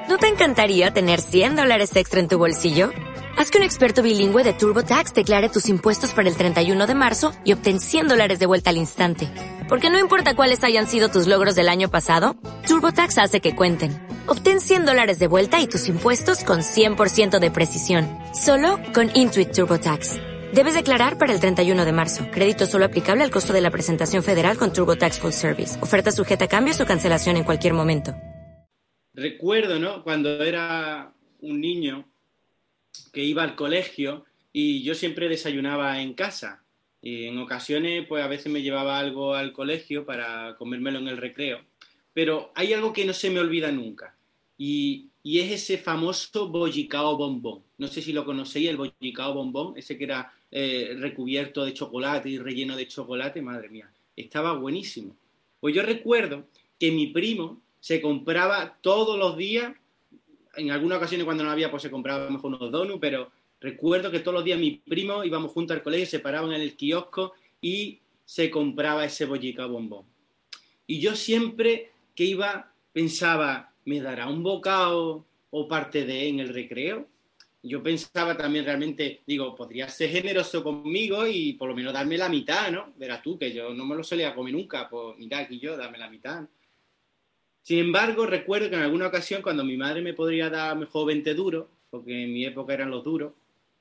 ¿No te encantaría tener $100 extra en tu bolsillo? Haz que un experto bilingüe de TurboTax declare tus impuestos para el 31 de marzo y obtén $100 de vuelta al instante. Porque no importa cuáles hayan sido tus logros del año pasado, TurboTax hace que cuenten. Obtén $100 de vuelta y tus impuestos con 100% de precisión. Solo con Intuit TurboTax. Debes declarar para el 31 de marzo. Crédito solo aplicable al costo de la presentación federal con TurboTax Full Service. Oferta sujeta a cambios o cancelación en cualquier momento. Recuerdo, ¿no?, cuando era un niño que iba al colegio y yo siempre desayunaba en casa. Y en ocasiones, pues a veces me llevaba algo al colegio para comérmelo en el recreo. Pero hay algo que no se me olvida nunca. Y es ese famoso bollicao bombón. No sé si lo conocéis, el bollicao bombón, ese que era recubierto de chocolate y relleno de chocolate. Madre mía, estaba buenísimo. Pues yo recuerdo que mi primo se compraba todos los días, en algunas ocasiones cuando no había, pues se compraba mejor unos donuts, pero recuerdo que todos los días mi primo íbamos juntos al colegio, se paraban en el kiosco y se compraba ese bollicao bombón. Y yo siempre que iba pensaba, ¿me dará un bocado o parte de en el recreo? Yo pensaba también realmente, digo, podría ser generoso conmigo y por lo menos darme la mitad, ¿no? Verás tú, que yo no me lo solía comer nunca, pues mira aquí yo, dame la mitad. Sin embargo, recuerdo que en alguna ocasión cuando mi madre me podría dar mejor 20 duros, porque en mi época eran los duros,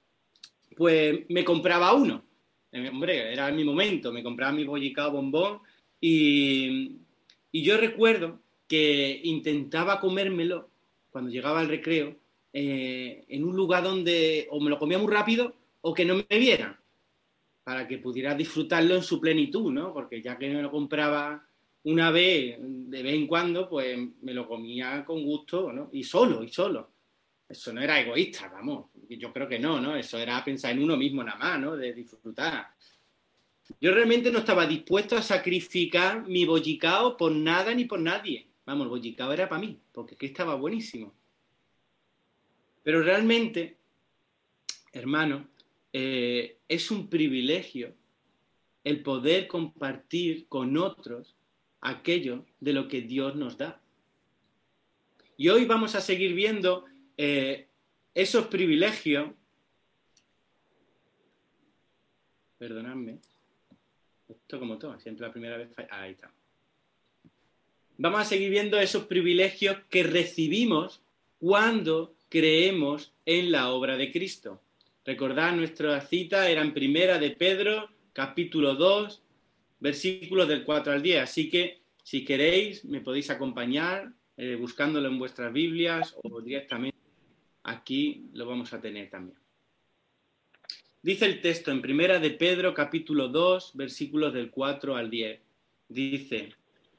pues me compraba uno. Hombre, era mi momento, me compraba mi bollicao bombón y, y yo recuerdo que intentaba comérmelo cuando llegaba al recreo en un lugar donde o me lo comía muy rápido o que no me vieran, para que pudiera disfrutarlo en su plenitud, ¿no? Porque ya que me lo compraba una vez, de vez en cuando, pues me lo comía con gusto, ¿no? Y solo, y solo. Eso no era egoísta, vamos. Yo creo que no, ¿no? Eso era pensar en uno mismo nada más, ¿no? De disfrutar. Yo realmente no estaba dispuesto a sacrificar mi bollicao por nada ni por nadie. Vamos, el bollicao era para mí, porque es que estaba buenísimo. Pero realmente, hermano, es un privilegio el poder compartir con otros aquello de lo que Dios nos da. Y hoy vamos a seguir viendo esos privilegios. Perdonadme. Esto como todo, siempre la primera vez falla. Ahí está. Vamos a seguir viendo esos privilegios que recibimos cuando creemos en la obra de Cristo. Recordad, nuestra cita era en Primera de Pedro, capítulo 2, versículos del 4 al 10. Así que, si queréis, me podéis acompañar buscándolo en vuestras Biblias o directamente aquí lo vamos a tener también. Dice el texto en Primera de Pedro, capítulo 2, versículos del 4 al 10. Dice: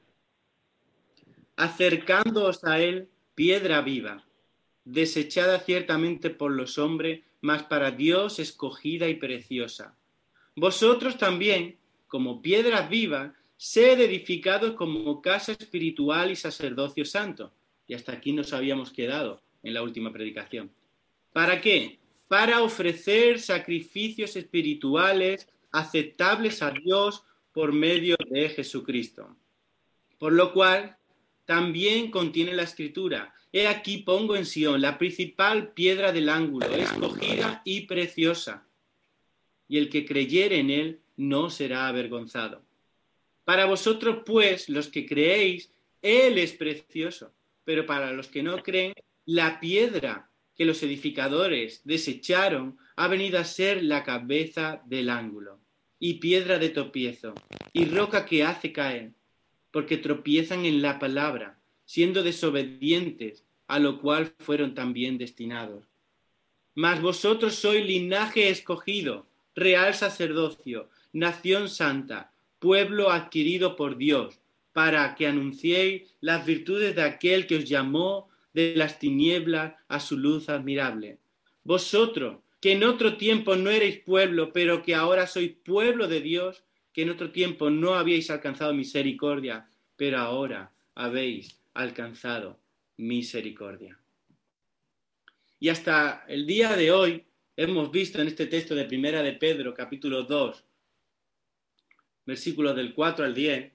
acercándoos a él, piedra viva, desechada ciertamente por los hombres, mas para Dios escogida y preciosa. Vosotros también, como piedras vivas, sed edificados como casa espiritual y sacerdocio santo. Y hasta aquí nos habíamos quedado en la última predicación. ¿Para qué? Para ofrecer sacrificios espirituales aceptables a Dios por medio de Jesucristo. Por lo cual, también contiene la Escritura: he aquí pongo en Sión la principal piedra del ángulo, escogida y preciosa, y el que creyere en él no será avergonzado. Para vosotros, pues, los que creéis, él es precioso, pero para los que no creen, la piedra que los edificadores desecharon ha venido a ser la cabeza del ángulo, y piedra de tropiezo, y roca que hace caer, porque tropiezan en la palabra, siendo desobedientes, a lo cual fueron también destinados. Mas vosotros sois linaje escogido, real sacerdocio, nación santa, pueblo adquirido por Dios, para que anunciéis las virtudes de aquel que os llamó de las tinieblas a su luz admirable. Vosotros, que en otro tiempo no erais pueblo, pero que ahora sois pueblo de Dios, que en otro tiempo no habíais alcanzado misericordia, pero ahora habéis alcanzado misericordia. Y hasta el día de hoy hemos visto en este texto de Primera de Pedro, capítulo 2, versículos del 4 al 10.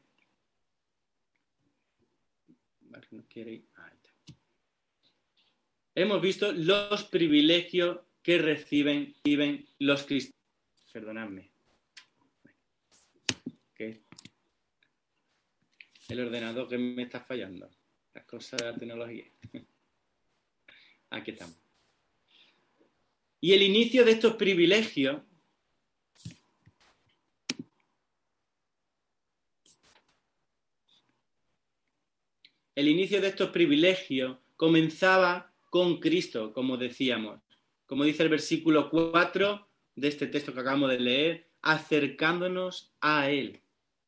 hemos visto los privilegios que reciben los cristianos. Perdonadme. ¿Qué? El ordenador que me está fallando. Las cosas de la tecnología. Aquí estamos. Y el inicio de estos privilegios comenzaba con Cristo, como decíamos. Como dice el versículo 4 de este texto que acabamos de leer, acercándonos a Él.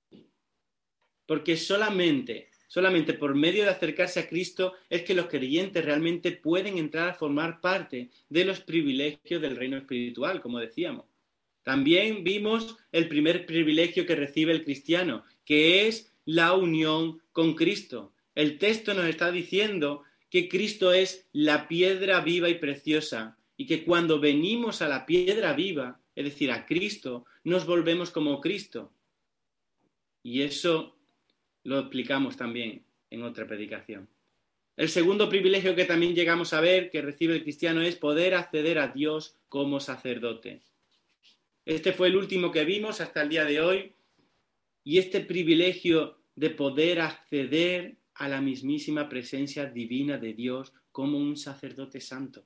Porque solamente por medio de acercarse a Cristo es que los creyentes realmente pueden entrar a formar parte de los privilegios del reino espiritual, como decíamos. También vimos el primer privilegio que recibe el cristiano, que es la unión con Cristo. El texto nos está diciendo que Cristo es la piedra viva y preciosa, y que cuando venimos a la piedra viva, es decir, a Cristo, nos volvemos como Cristo. Y eso lo explicamos también en otra predicación. El segundo privilegio que también llegamos a ver que recibe el cristiano es poder acceder a Dios como sacerdote. Este fue el último que vimos hasta el día de hoy, y este privilegio de poder acceder a la mismísima presencia divina de Dios como un sacerdote santo.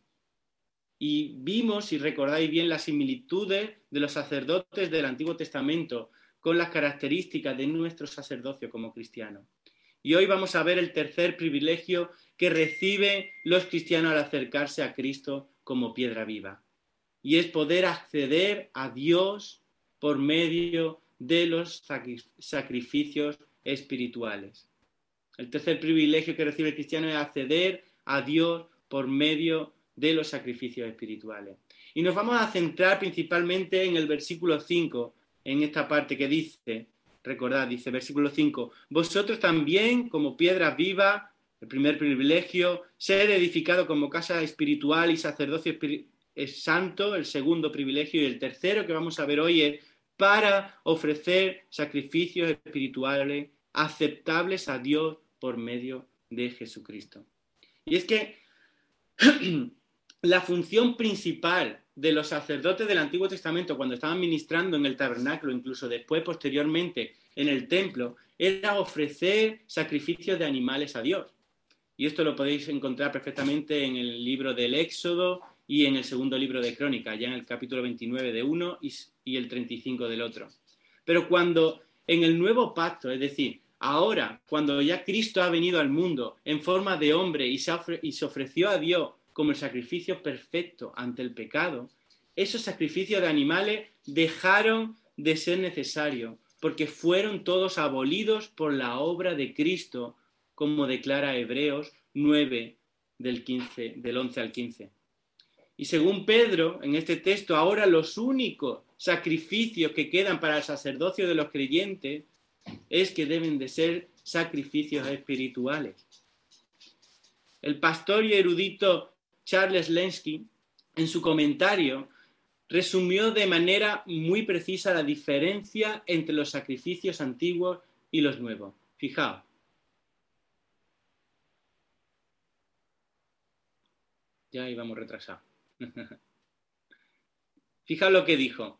Y vimos, si recordáis bien, las similitudes de los sacerdotes del Antiguo Testamento con las características de nuestro sacerdocio como cristianos. Y hoy vamos a ver el tercer privilegio que reciben los cristianos al acercarse a Cristo como piedra viva. Y es poder acceder a Dios por medio de los sacrificios espirituales. El tercer privilegio que recibe el cristiano es acceder a Dios por medio de los sacrificios espirituales. Y nos vamos a centrar principalmente en el versículo 5, en esta parte que dice, recordad, dice versículo 5, vosotros también como piedras vivas, el primer privilegio, ser edificado como casa espiritual y sacerdocio es santo, el segundo privilegio, y el tercero que vamos a ver hoy es para ofrecer sacrificios espirituales aceptables a Dios por medio de Jesucristo. Y es que la función principal de los sacerdotes del Antiguo Testamento cuando estaban ministrando en el tabernáculo, incluso después, posteriormente, en el templo, era ofrecer sacrificios de animales a Dios. Y esto lo podéis encontrar perfectamente en el libro del Éxodo y en el segundo libro de Crónicas, ya en el capítulo 29 de uno y el 35 del otro. Pero cuando en el nuevo pacto, es decir, ahora, cuando ya Cristo ha venido al mundo en forma de hombre y se ofreció a Dios como el sacrificio perfecto ante el pecado, esos sacrificios de animales dejaron de ser necesarios porque fueron todos abolidos por la obra de Cristo, como declara Hebreos 9, del 11 al 15. Y según Pedro, en este texto, ahora los únicos sacrificios que quedan para el sacerdocio de los creyentes es que deben de ser sacrificios espirituales. El pastor y erudito Charles Lenski, en su comentario, resumió de manera muy precisa la diferencia entre los sacrificios antiguos y los nuevos. Fijaos. Ya íbamos retrasados. Fijaos lo que dijo.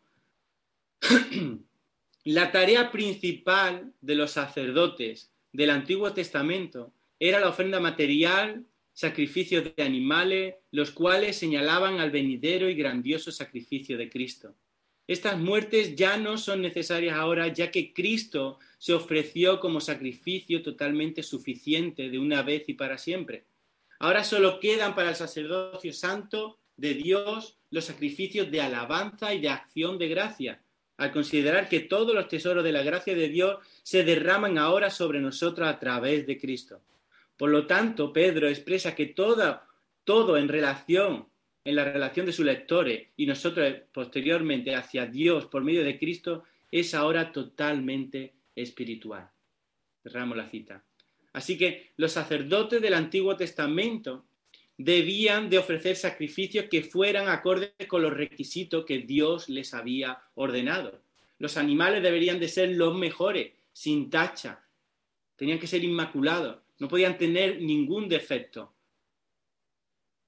La tarea principal de los sacerdotes del Antiguo Testamento era la ofrenda material, sacrificios de animales, los cuales señalaban al venidero y grandioso sacrificio de Cristo. Estas muertes ya no son necesarias ahora, ya que Cristo se ofreció como sacrificio totalmente suficiente de una vez y para siempre. Ahora solo quedan para el sacerdocio santo de Dios los sacrificios de alabanza y de acción de gracia, al considerar que todos los tesoros de la gracia de Dios se derraman ahora sobre nosotros a través de Cristo. Por lo tanto, Pedro expresa que todo en la relación de sus lectores y nosotros posteriormente hacia Dios por medio de Cristo es ahora totalmente espiritual. Cerramos la cita. Así que los sacerdotes del Antiguo Testamento debían de ofrecer sacrificios que fueran acordes con los requisitos que Dios les había ordenado. Los animales deberían de ser los mejores, sin tacha. Tenían que ser inmaculados, no podían tener ningún defecto.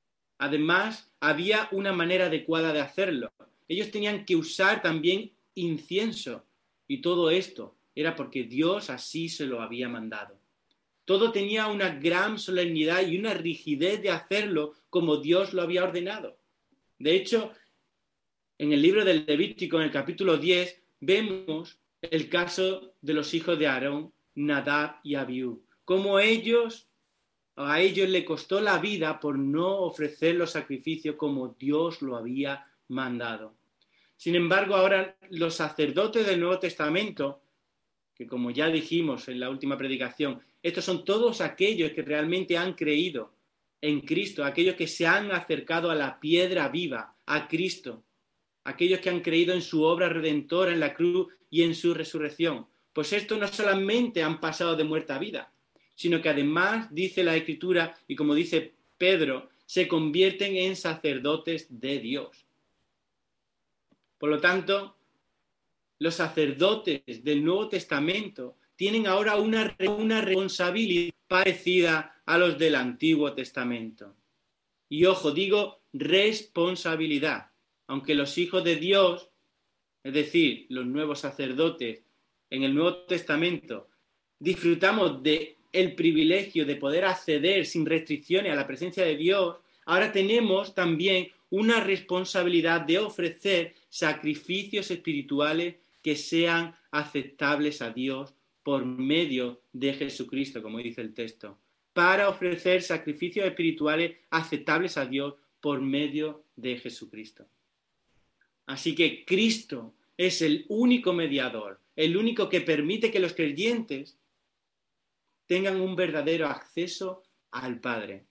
Además, había una manera adecuada de hacerlo. Ellos tenían que usar también incienso, y todo esto era porque Dios así se lo había mandado. Todo tenía una gran solemnidad y una rigidez de hacerlo como Dios lo había ordenado. De hecho, en el libro del Levítico, en el capítulo 10, vemos el caso de los hijos de Aarón, Nadab y Abiú, cómo a ellos le costó la vida por no ofrecer los sacrificios como Dios lo había mandado. Sin embargo, ahora los sacerdotes del Nuevo Testamento, que como ya dijimos en la última predicación, estos son todos aquellos que realmente han creído en Cristo, aquellos que se han acercado a la piedra viva, a Cristo, aquellos que han creído en su obra redentora en la cruz y en su resurrección. Pues estos no solamente han pasado de muerte a vida, sino que además, dice la Escritura, y como dice Pedro, se convierten en sacerdotes de Dios. Por lo tanto, los sacerdotes del Nuevo Testamento tienen ahora una responsabilidad parecida a los del Antiguo Testamento. Y ojo, digo responsabilidad, aunque los hijos de Dios, es decir, los nuevos sacerdotes en el Nuevo Testamento, disfrutamos de el privilegio de poder acceder sin restricciones a la presencia de Dios, ahora tenemos también una responsabilidad de ofrecer sacrificios espirituales que sean aceptables a Dios por medio de Jesucristo, como dice el texto, para ofrecer sacrificios espirituales aceptables a Dios por medio de Jesucristo. Así que Cristo es el único mediador, el único que permite que los creyentes tengan un verdadero acceso al Padre.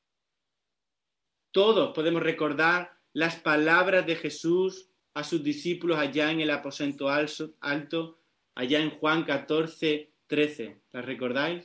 Todos podemos recordar las palabras de Jesús a sus discípulos allá en el aposento alto, allá en Juan 14:13. ¿Las recordáis?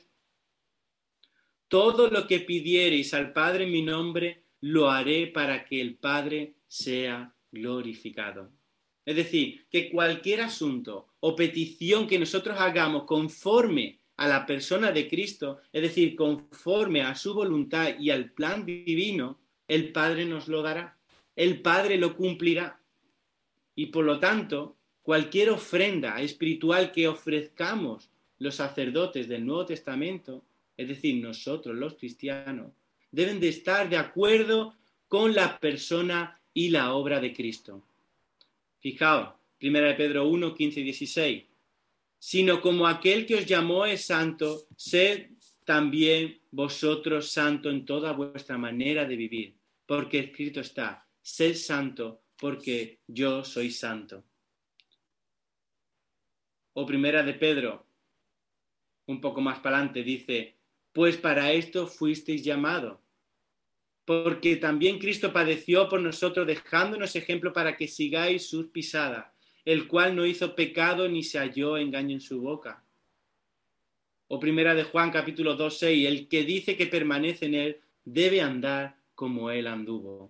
Todo lo que pidiereis al Padre en mi nombre, lo haré para que el Padre sea glorificado. Es decir, que cualquier asunto o petición que nosotros hagamos conforme a la persona de Cristo, es decir, conforme a su voluntad y al plan divino, el Padre nos lo dará, el Padre lo cumplirá. Y por lo tanto, cualquier ofrenda espiritual que ofrezcamos los sacerdotes del Nuevo Testamento, es decir, nosotros los cristianos, deben de estar de acuerdo con la persona y la obra de Cristo. Fijaos, 1 Pedro 1, 15 y 16. Sino como aquel que os llamó es santo, sed también vosotros santos en toda vuestra manera de vivir, porque escrito está, sed santo porque yo soy santo. O 1 Pedro, un poco más para adelante, dice, pues para esto fuisteis llamados, porque también Cristo padeció por nosotros, dejándonos ejemplo para que sigáis sus pisadas, el cual no hizo pecado ni se halló engaño en su boca. O 1 Juan capítulo 2, 6, el que dice que permanece en él debe andar como él anduvo.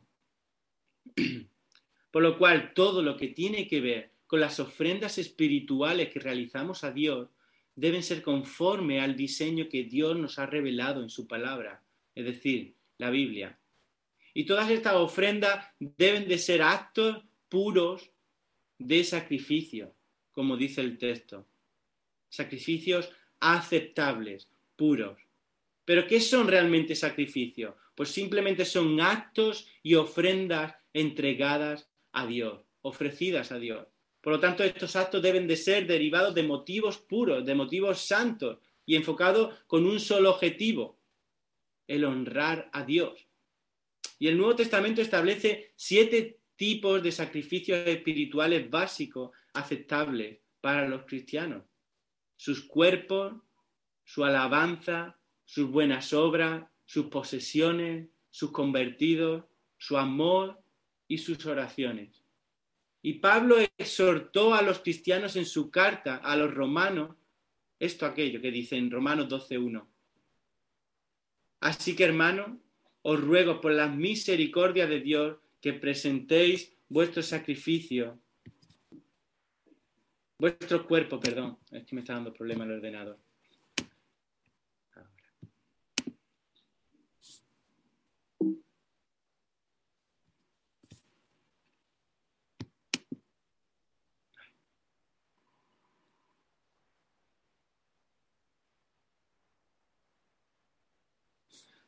Por lo cual, todo lo que tiene que ver con las ofrendas espirituales que realizamos a Dios deben ser conforme al diseño que Dios nos ha revelado en su palabra, es decir, la Biblia. Y todas estas ofrendas deben de ser actos puros de sacrificio, como dice el texto. Sacrificios aceptables, puros. ¿Pero qué son realmente sacrificios? Pues simplemente son actos y ofrendas entregadas a Dios, ofrecidas a Dios. Por lo tanto, estos actos deben de ser derivados de motivos puros, de motivos santos y enfocados con un solo objetivo, el honrar a Dios. Y el Nuevo Testamento establece 7 tipos de sacrificios espirituales básicos aceptables para los cristianos. Sus cuerpos, su alabanza, sus buenas obras, sus posesiones, sus convertidos, su amor y sus oraciones. Y Pablo exhortó a los cristianos en su carta a los romanos aquello que dice en Romanos 12:1. Así que, hermanos, os ruego por las misericordias de Dios que presentéis vuestro sacrificio, vuestro cuerpo, perdón, es que me está dando problema el ordenador.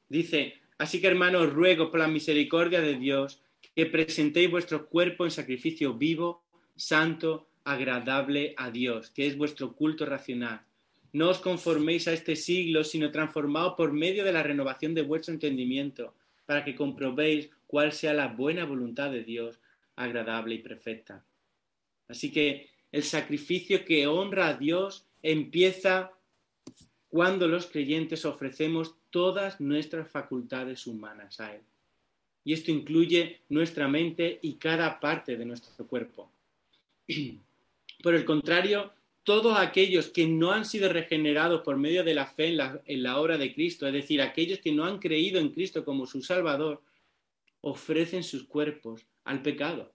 Dice, así que hermanos, ruego por la misericordia de Dios que presentéis vuestros cuerpos en sacrificio vivo, santo, agradable a Dios, que es vuestro culto racional. No os conforméis a este siglo, sino transformaos por medio de la renovación de vuestro entendimiento, para que comprobéis cuál sea la buena voluntad de Dios, agradable y perfecta. Así que el sacrificio que honra a Dios empieza cuando los creyentes ofrecemos todas nuestras facultades humanas a Él. Y esto incluye nuestra mente y cada parte de nuestro cuerpo. Por el contrario, todos aquellos que no han sido regenerados por medio de la fe en la obra de Cristo, es decir, aquellos que no han creído en Cristo como su Salvador, ofrecen sus cuerpos al pecado.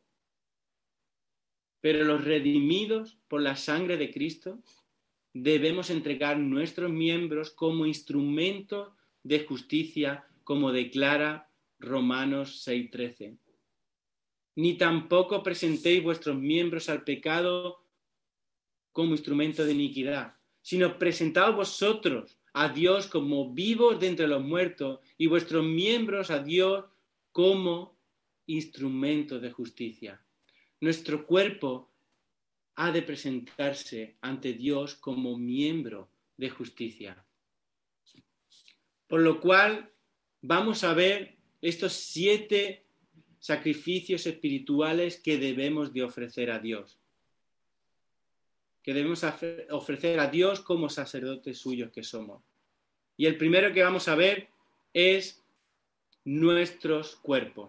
Pero los redimidos por la sangre de Cristo, debemos entregar nuestros miembros como instrumentos de justicia, como declara Romanos 6:13. Ni tampoco presentéis vuestros miembros al pecado como instrumento de iniquidad, sino presentaos vosotros a Dios como vivos de entre los muertos y vuestros miembros a Dios como instrumentos de justicia. Nuestro cuerpo ha de presentarse ante Dios como miembro de justicia. Por lo cual vamos a ver estos 7 sacrificios espirituales que debemos de ofrecer a Dios. Que debemos ofrecer a Dios como sacerdotes suyos que somos. Y el primero que vamos a ver es nuestros cuerpos.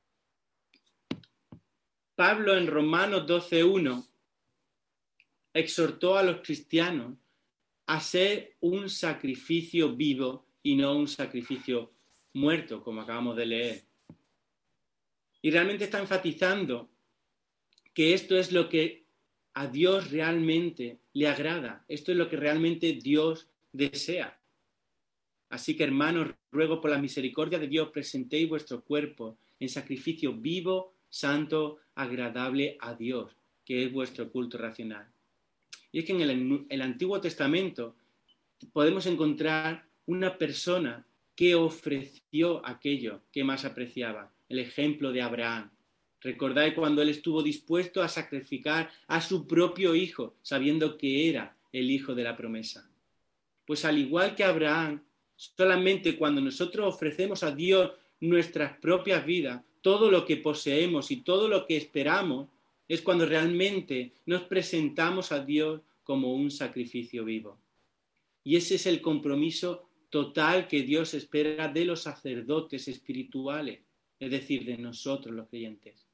Pablo en Romanos 12:1 exhortó a los cristianos a ser un sacrificio vivo y no un sacrificio muerto, como acabamos de leer. Y realmente está enfatizando que esto es lo que a Dios realmente le agrada. Esto es lo que realmente Dios desea. Así que, hermanos, ruego por la misericordia de Dios, presentéis vuestro cuerpo en sacrificio vivo, santo, agradable a Dios, que es vuestro culto racional. Y es que en el Antiguo Testamento podemos encontrar una persona que ofreció aquello que más apreciaba, el ejemplo de Abraham. Recordáis cuando él estuvo dispuesto a sacrificar a su propio hijo, sabiendo que era el hijo de la promesa. Pues al igual que Abraham, solamente cuando nosotros ofrecemos a Dios nuestras propias vidas, todo lo que poseemos y todo lo que esperamos, es cuando realmente nos presentamos a Dios como un sacrificio vivo. Y ese es el compromiso total que Dios espera de los sacerdotes espirituales, es decir, de nosotros los creyentes.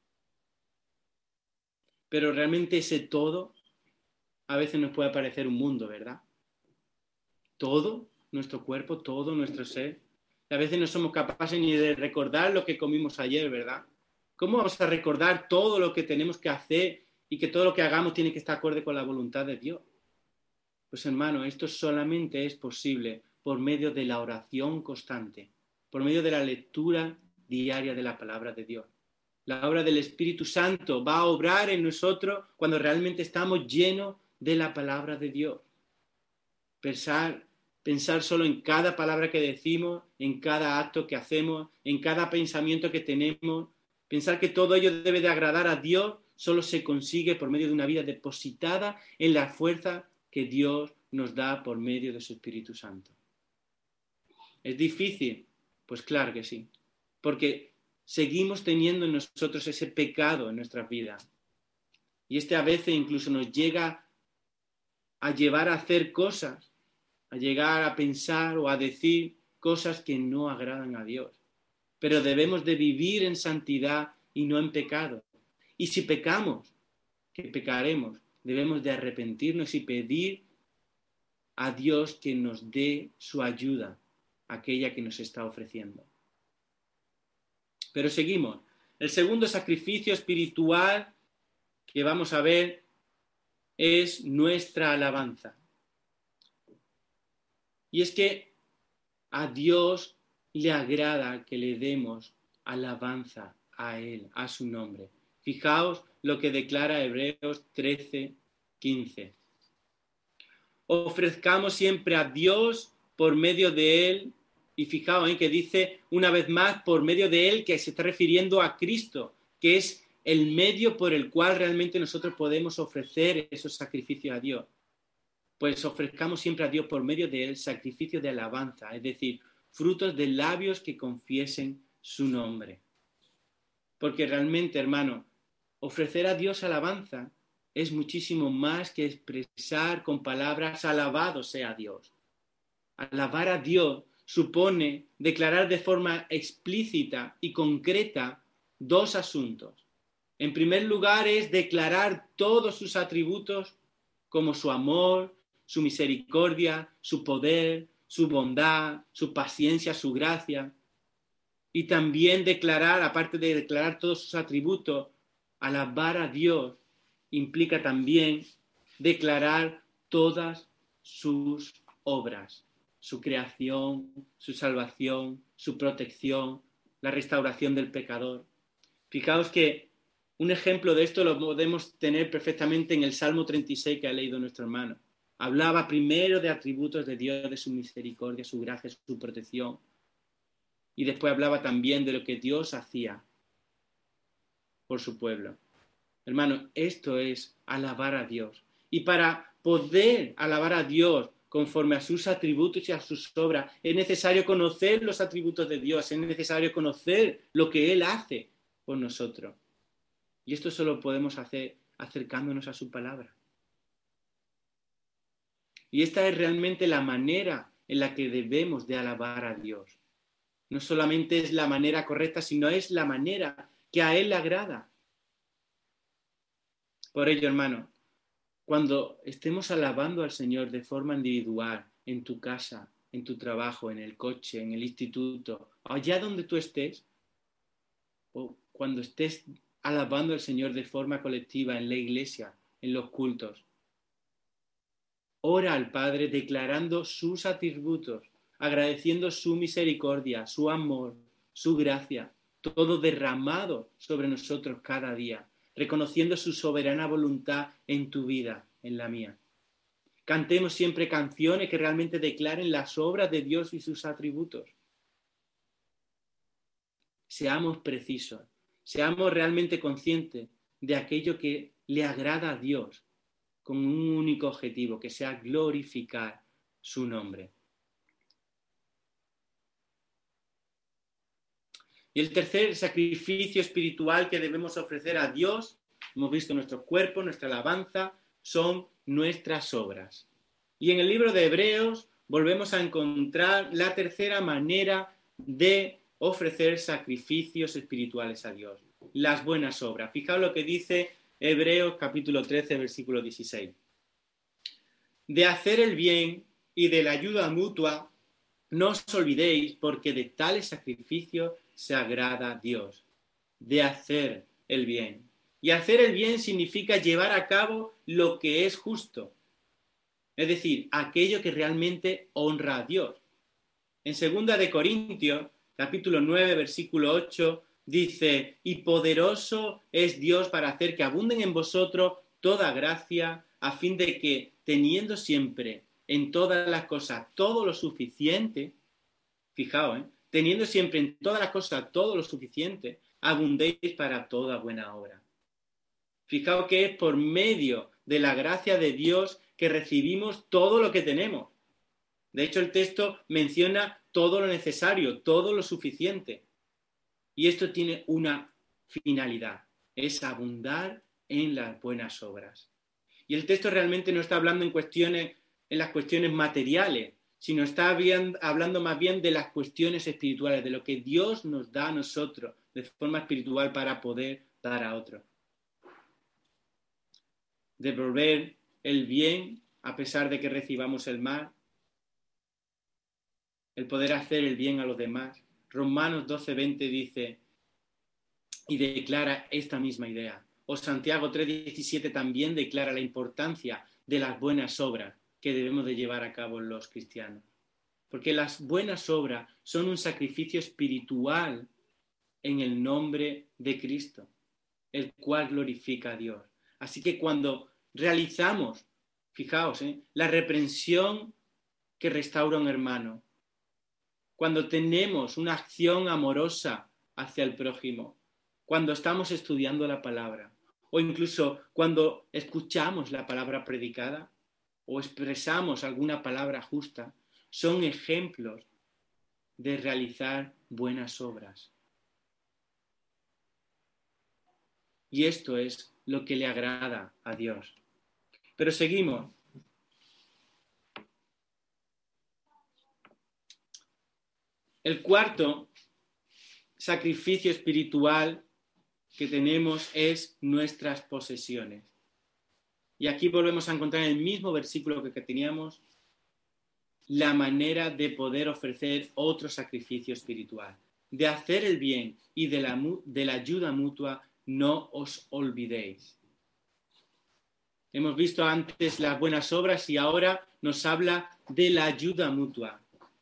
Pero realmente ese todo a veces nos puede parecer un mundo, ¿verdad? Todo nuestro cuerpo, todo nuestro ser. Y a veces no somos capaces ni de recordar lo que comimos ayer, ¿verdad? ¿Cómo vamos a recordar todo lo que tenemos que hacer y que todo lo que hagamos tiene que estar acorde con la voluntad de Dios? Pues hermano, esto solamente es posible por medio de la oración constante, por medio de la lectura diaria de la palabra de Dios. La obra del Espíritu Santo va a obrar en nosotros cuando realmente estamos llenos de la palabra de Dios. Pensar solo en cada palabra que decimos, en cada acto que hacemos, en cada pensamiento que tenemos. Pensar que todo ello debe de agradar a Dios solo se consigue por medio de una vida depositada en la fuerza que Dios nos da por medio de su Espíritu Santo. ¿Es difícil? Pues claro que sí, porque seguimos teniendo en nosotros ese pecado en nuestras vidas. Y este a veces incluso nos llega a llevar a hacer cosas, a llegar a pensar o a decir cosas que no agradan a Dios. Pero debemos de vivir en santidad y no en pecado. Y si pecamos, que pecaremos, debemos de arrepentirnos y pedir a Dios que nos dé su ayuda, aquella que nos está ofreciendo. Pero seguimos. El segundo sacrificio espiritual que vamos a ver es nuestra alabanza. Y es que a Dios le agrada que le demos alabanza a Él, a su nombre. Fijaos lo que declara Hebreos 13:15. Ofrezcamos siempre a Dios por medio de Él Y fijaos que dice una vez más por medio de él, que se está refiriendo a Cristo, que es el medio por el cual realmente nosotros podemos ofrecer esos sacrificios a Dios. Pues ofrezcamos siempre a Dios por medio de él sacrificios de alabanza, es decir, frutos de labios que confiesen su nombre. Porque realmente, hermano, ofrecer a Dios alabanza es muchísimo más que expresar con palabras alabado sea Dios. Alabar a Dios supone declarar de forma explícita y concreta dos asuntos. En primer lugar es declarar todos sus atributos como su amor, su misericordia, su poder, su bondad, su paciencia, su gracia. Y también declarar, aparte de declarar todos sus atributos, alabar a Dios implica también declarar todas sus obras, su creación, su salvación, su protección, la restauración del pecador. Fijaos que un ejemplo de esto lo podemos tener perfectamente en el Salmo 36 que ha leído nuestro hermano. Hablaba primero de atributos de Dios, de su misericordia, su gracia, su protección. Y después hablaba también de lo que Dios hacía por su pueblo. Hermano, esto es alabar a Dios. Y para poder alabar a Dios conforme a sus atributos y a sus obras, es necesario conocer los atributos de Dios, es necesario conocer lo que Él hace por nosotros. Y esto solo podemos hacer acercándonos a su palabra. Y esta es realmente la manera en la que debemos de alabar a Dios. No solamente es la manera correcta, sino es la manera que a Él le agrada. Por ello, hermano, cuando estemos alabando al Señor de forma individual, en tu casa, en tu trabajo, en el coche, en el instituto, allá donde tú estés, o cuando estés alabando al Señor de forma colectiva en la iglesia, en los cultos, ora al Padre declarando sus atributos, agradeciendo su misericordia, su amor, su gracia, todo derramado sobre nosotros cada día, reconociendo su soberana voluntad en tu vida, en la mía. Cantemos siempre canciones que realmente declaren las obras de Dios y sus atributos. Seamos precisos, seamos realmente conscientes de aquello que le agrada a Dios, con un único objetivo, que sea glorificar su nombre. Y el tercer sacrificio espiritual que debemos ofrecer a Dios, hemos visto nuestro cuerpo, nuestra alabanza, son nuestras obras. Y en el libro de Hebreos volvemos a encontrar la tercera manera de ofrecer sacrificios espirituales a Dios, las buenas obras. Fijaos lo que dice Hebreos capítulo 13, versículo 16. De hacer el bien y de la ayuda mutua, no os olvidéis, porque de tales sacrificios se agrada Dios. De hacer el bien. Y hacer el bien significa llevar a cabo lo que es justo. Es decir, aquello que realmente honra a Dios. En 2 de Corintios, capítulo 9, versículo 8, dice, y poderoso es Dios para hacer que abunden en vosotros toda gracia, a fin de que, teniendo siempre en todas las cosas todo lo suficiente, fijaos, teniendo siempre en todas las cosas todo lo suficiente, abundéis para toda buena obra. Fijaos que es por medio de la gracia de Dios que recibimos todo lo que tenemos. De hecho, el texto menciona todo lo necesario, todo lo suficiente. Y esto tiene una finalidad, es abundar en las buenas obras. Y el texto realmente no está hablando en las cuestiones materiales, sino está hablando más bien de las cuestiones espirituales, de lo que Dios nos da a nosotros de forma espiritual para poder dar a otros. Devolver el bien a pesar de que recibamos el mal, el poder hacer el bien a los demás. Romanos 12:20 dice y declara esta misma idea. O Santiago 3:17 también declara la importancia de las buenas obras que debemos de llevar a cabo los cristianos. Porque las buenas obras son un sacrificio espiritual en el nombre de Cristo, el cual glorifica a Dios. Así que cuando realizamos, fijaos, la reprensión que restaura a un hermano, cuando tenemos una acción amorosa hacia el prójimo, cuando estamos estudiando la palabra, o incluso cuando escuchamos la palabra predicada o expresamos alguna palabra justa, son ejemplos de realizar buenas obras. Y esto es lo que le agrada a Dios. Pero seguimos. El cuarto sacrificio espiritual que tenemos es nuestras posesiones. Y aquí volvemos a encontrar en el mismo versículo que teníamos la manera de poder ofrecer otro sacrificio espiritual. De hacer el bien y de la ayuda mutua no os olvidéis. Hemos visto antes las buenas obras y ahora nos habla de la ayuda mutua.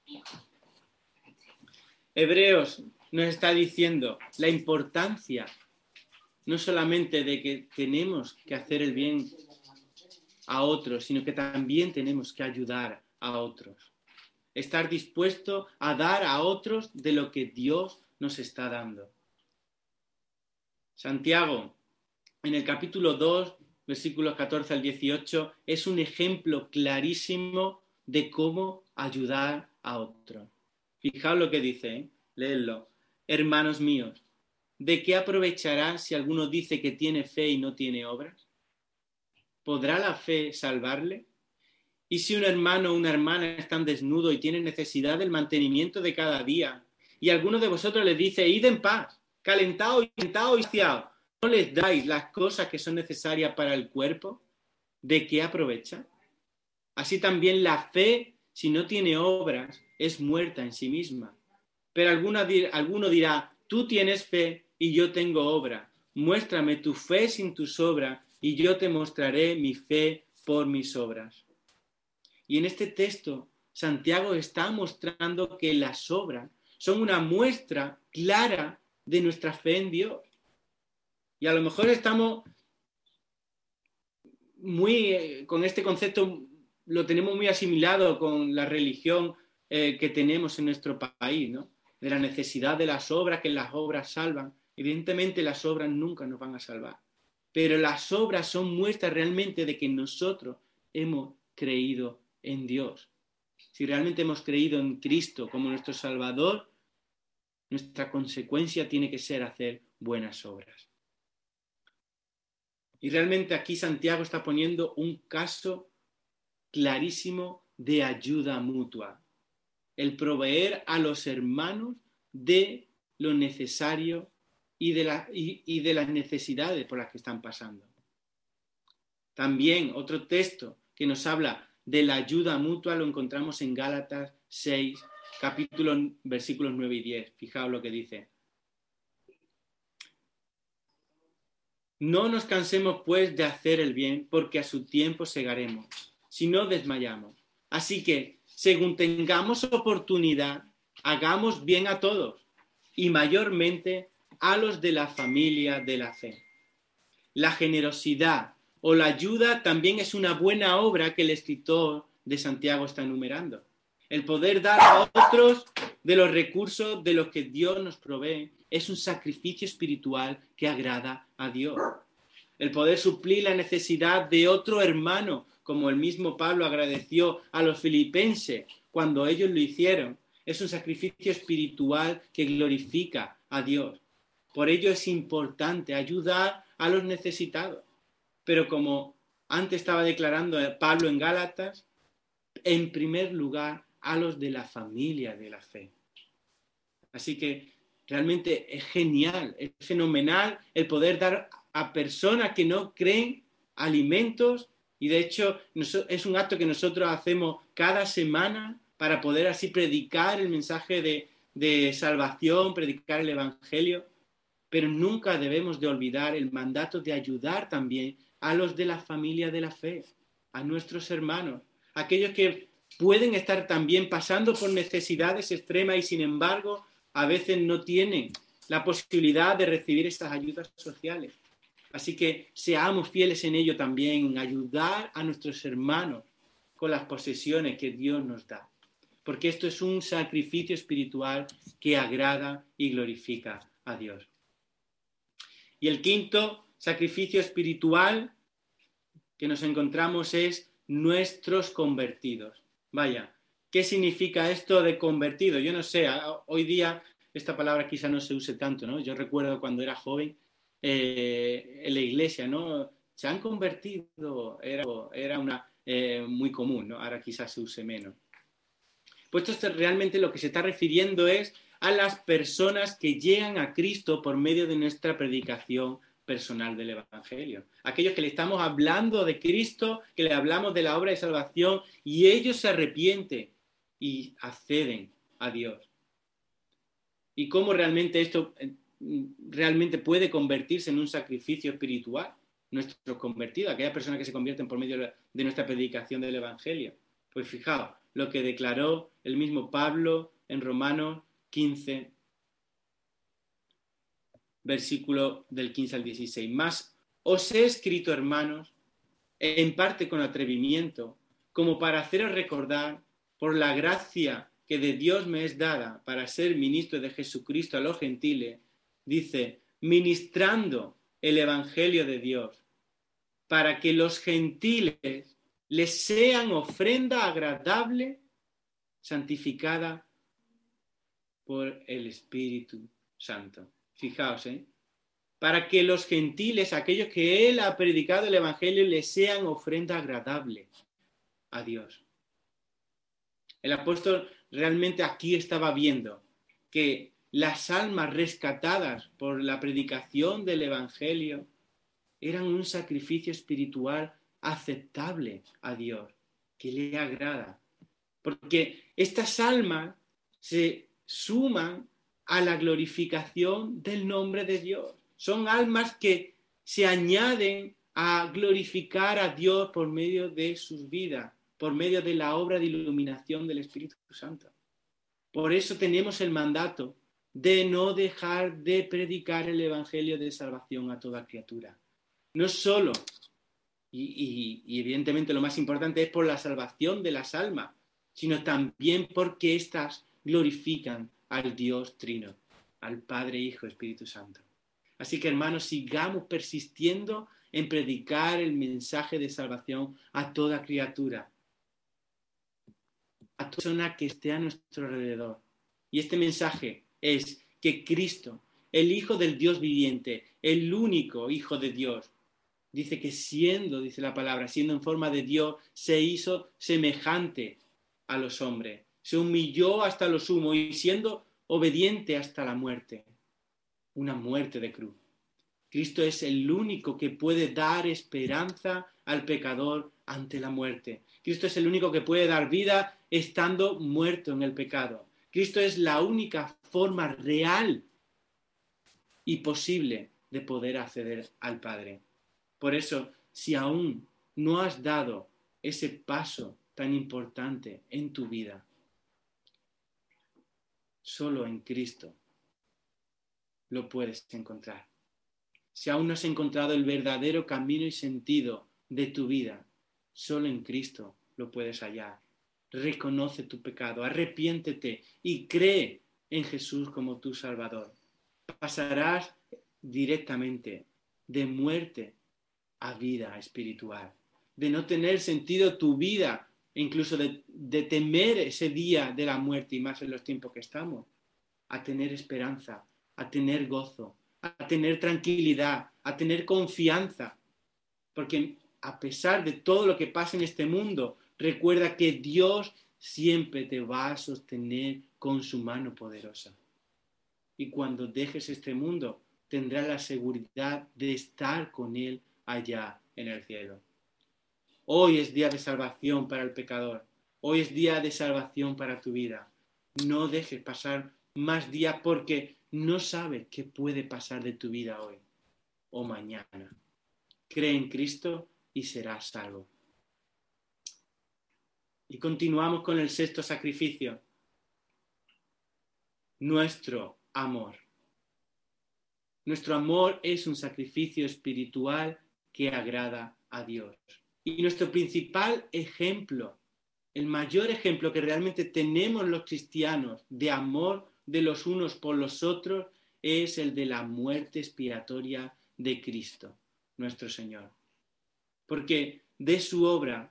Hebreos nos está diciendo la importancia no solamente de que tenemos que hacer el bien a otros, sino que también tenemos que ayudar a otros. Estar dispuesto a dar a otros de lo que Dios nos está dando. Santiago, en el capítulo 2, versículos 14 al 18, es un ejemplo clarísimo de cómo ayudar a otros. Fijaos lo que dice, ¿eh? Leedlo. Hermanos míos, ¿de qué aprovechará si alguno dice que tiene fe y no tiene obras? ¿Podrá la fe salvarle? Y si un hermano o una hermana están desnudos y tienen necesidad del mantenimiento de cada día, y alguno de vosotros les dice, id en paz, calentaos y saciaos, ¿no les dais las cosas que son necesarias para el cuerpo? ¿De qué aprovecha? Así también la fe, si no tiene obras, es muerta en sí misma. Pero alguno dirá, tú tienes fe y yo tengo obra. Muéstrame tu fe sin tus obras y yo te mostraré mi fe por mis obras. Y en este texto, Santiago está mostrando que las obras son una muestra clara de nuestra fe en Dios. Y a lo mejor estamos con este concepto, lo tenemos muy asimilado con la religión que tenemos en nuestro país, ¿no? De la necesidad de las obras, que las obras salvan. Evidentemente las obras nunca nos van a salvar, pero las obras son muestras realmente de que nosotros hemos creído en Dios. Si realmente hemos creído en Cristo como nuestro Salvador, nuestra consecuencia tiene que ser hacer buenas obras. Y realmente aquí Santiago está poniendo un caso clarísimo de ayuda mutua. El proveer a los hermanos de lo necesario y de las necesidades por las que están pasando. También otro texto que nos habla de la ayuda mutua lo encontramos en Gálatas 6, versículos 9 y 10. Fijaos lo que dice. No nos cansemos pues de hacer el bien, porque a su tiempo segaremos, si no desmayamos. Así que, según tengamos oportunidad, hagamos bien a todos, y mayormente a los de la familia de la fe. La generosidad o la ayuda también es una buena obra que el escritor de Santiago está enumerando. El poder dar a otros de los recursos de los que Dios nos provee es un sacrificio espiritual que agrada a Dios. El poder suplir la necesidad de otro hermano, como el mismo Pablo agradeció a los filipenses cuando ellos lo hicieron, es un sacrificio espiritual que glorifica a Dios. Por ello es importante ayudar a los necesitados. Pero como antes estaba declarando Pablo en Gálatas, en primer lugar a los de la familia de la fe. Así que realmente es genial, es fenomenal el poder dar a personas que no creen alimentos, y de hecho es un acto que nosotros hacemos cada semana para poder así predicar el mensaje de salvación, predicar el evangelio, pero nunca debemos de olvidar el mandato de ayudar también a los de la familia de la fe, a nuestros hermanos, aquellos que pueden estar también pasando por necesidades extremas y sin embargo a veces no tienen la posibilidad de recibir estas ayudas sociales. Así que seamos fieles en ello también, en ayudar a nuestros hermanos con las posesiones que Dios nos da. porque esto es un sacrificio espiritual que agrada y glorifica a Dios. Y el quinto sacrificio espiritual que nos encontramos es nuestros convertidos. Vaya, ¿qué significa esto de convertido? Yo no sé, hoy día esta palabra quizá no se use tanto, ¿no? Yo recuerdo cuando era joven en la iglesia, ¿no? Se han convertido, era una muy común, ¿no? Ahora quizás se use menos. Pues esto realmente lo que se está refiriendo es a las personas que llegan a Cristo por medio de nuestra predicación personal del Evangelio. Aquellos que le estamos hablando de Cristo, que le hablamos de la obra de salvación y ellos se arrepienten y acceden a Dios. ¿Y cómo realmente esto realmente puede convertirse en un sacrificio espiritual? Nuestros convertidos, aquellas personas que se convierten por medio de nuestra predicación del Evangelio. Pues fijaos, lo que declaró el mismo Pablo en Romanos 15, versículo del 15 al 16. Mas os he escrito, hermanos, en parte con atrevimiento, como para haceros recordar, por la gracia que de Dios me es dada para ser ministro de Jesucristo a los gentiles, dice, ministrando el Evangelio de Dios, para que los gentiles les sean ofrenda agradable, santificada por el Espíritu Santo. Fijaos, para que los gentiles, aquellos que Él ha predicado el Evangelio, les sean ofrenda agradable a Dios. El apóstol realmente aquí estaba viendo que las almas rescatadas por la predicación del Evangelio eran un sacrificio espiritual aceptable a Dios, que le agrada. Porque estas almas se suman a la glorificación del nombre de Dios. Son almas que se añaden a glorificar a Dios por medio de sus vidas, por medio de la obra de iluminación del Espíritu Santo. Por eso tenemos el mandato de no dejar de predicar el Evangelio de salvación a toda criatura. No solo, y evidentemente lo más importante es por la salvación de las almas, sino también porque éstas glorifican al Dios Trino, al Padre, Hijo, Espíritu Santo. Así que, hermanos, sigamos persistiendo en predicar el mensaje de salvación a toda criatura, a toda persona que esté a nuestro alrededor. Y este mensaje es que Cristo, el Hijo del Dios viviente, el único Hijo de Dios, dice que dice la palabra, siendo en forma de Dios, se hizo semejante a los hombres. Se humilló hasta lo sumo y siendo obediente hasta la muerte. Una muerte de cruz. Cristo es el único que puede dar esperanza al pecador ante la muerte. Cristo es el único que puede dar vida estando muerto en el pecado. Cristo es la única forma real y posible de poder acceder al Padre. Por eso, si aún no has dado ese paso tan importante en tu vida, solo en Cristo lo puedes encontrar. Si aún no has encontrado el verdadero camino y sentido de tu vida, solo en Cristo lo puedes hallar. Reconoce tu pecado, arrepiéntete y cree en Jesús como tu Salvador. Pasarás directamente de muerte a vida espiritual, de no tener sentido tu vida, e incluso de temer ese día de la muerte, y más en los tiempos que estamos, a tener esperanza, a tener gozo, a tener tranquilidad, a tener confianza, porque a pesar de todo lo que pasa en este mundo, recuerda que Dios siempre te va a sostener con su mano poderosa. Y cuando dejes este mundo, tendrás la seguridad de estar con Él allá en el cielo. Hoy es día de salvación para el pecador. Hoy es día de salvación para tu vida. No dejes pasar más días porque no sabes qué puede pasar de tu vida hoy o mañana. Cree en Cristo y serás salvo. Y continuamos con el sexto sacrificio. Nuestro amor. Nuestro amor es un sacrificio espiritual que agrada a Dios. Y nuestro principal ejemplo el mayor ejemplo que realmente tenemos los cristianos de amor de los unos por los otros es el de la muerte expiatoria de Cristo, nuestro Señor. Porque de su obra,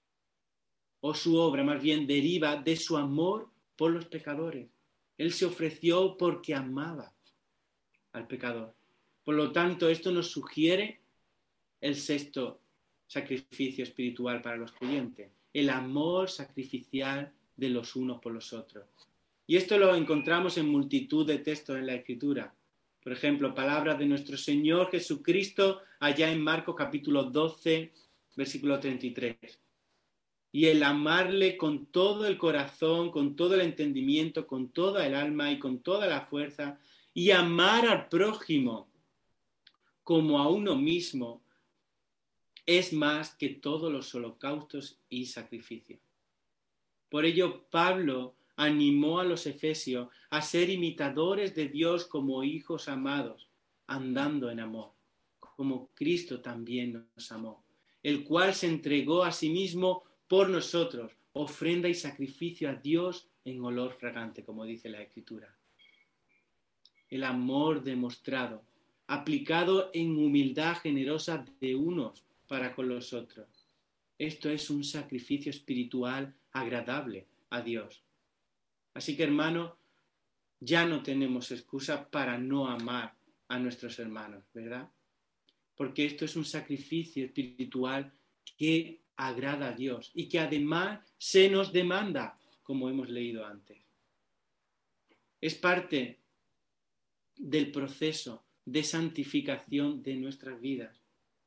o su obra más bien, deriva de su amor por los pecadores. Él se ofreció porque amaba al pecador. Por lo tanto, esto nos sugiere el sexto sacrificio espiritual para los creyentes, el amor sacrificial de los unos por los otros. Y esto lo encontramos en multitud de textos en la Escritura. Por ejemplo, palabras de nuestro Señor Jesucristo allá en Marcos capítulo 12, versículo 33. Y el amarle con todo el corazón, con todo el entendimiento, con toda el alma y con toda la fuerza, y amar al prójimo como a uno mismo, es más que todos los holocaustos y sacrificios. Por ello, Pablo animó a los efesios a ser imitadores de Dios como hijos amados, andando en amor, como Cristo también nos amó, el cual se entregó a sí mismo por nosotros, ofrenda y sacrificio a Dios en olor fragante, como dice la Escritura. El amor demostrado, aplicado en humildad generosa de unos para con los otros. Esto es un sacrificio espiritual agradable a Dios. Así que, hermanos, ya no tenemos excusa para no amar a nuestros hermanos, ¿verdad? Porque esto es un sacrificio espiritual que agrada a Dios y que además se nos demanda, como hemos leído antes. Es parte del proceso de santificación de nuestras vidas.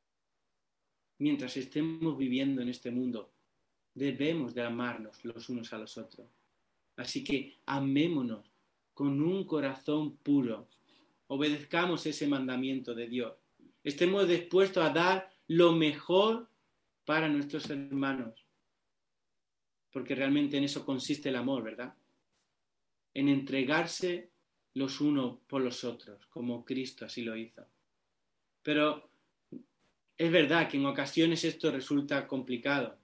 Mientras estemos viviendo en este mundo, debemos de amarnos los unos a los otros. Así que amémonos con un corazón puro. Obedezcamos ese mandamiento de Dios. Estemos dispuestos a dar lo mejor para nuestros hermanos. Porque realmente en eso consiste el amor, ¿verdad? En entregarse los unos por los otros, como Cristo así lo hizo. Pero es verdad que en ocasiones esto resulta complicado.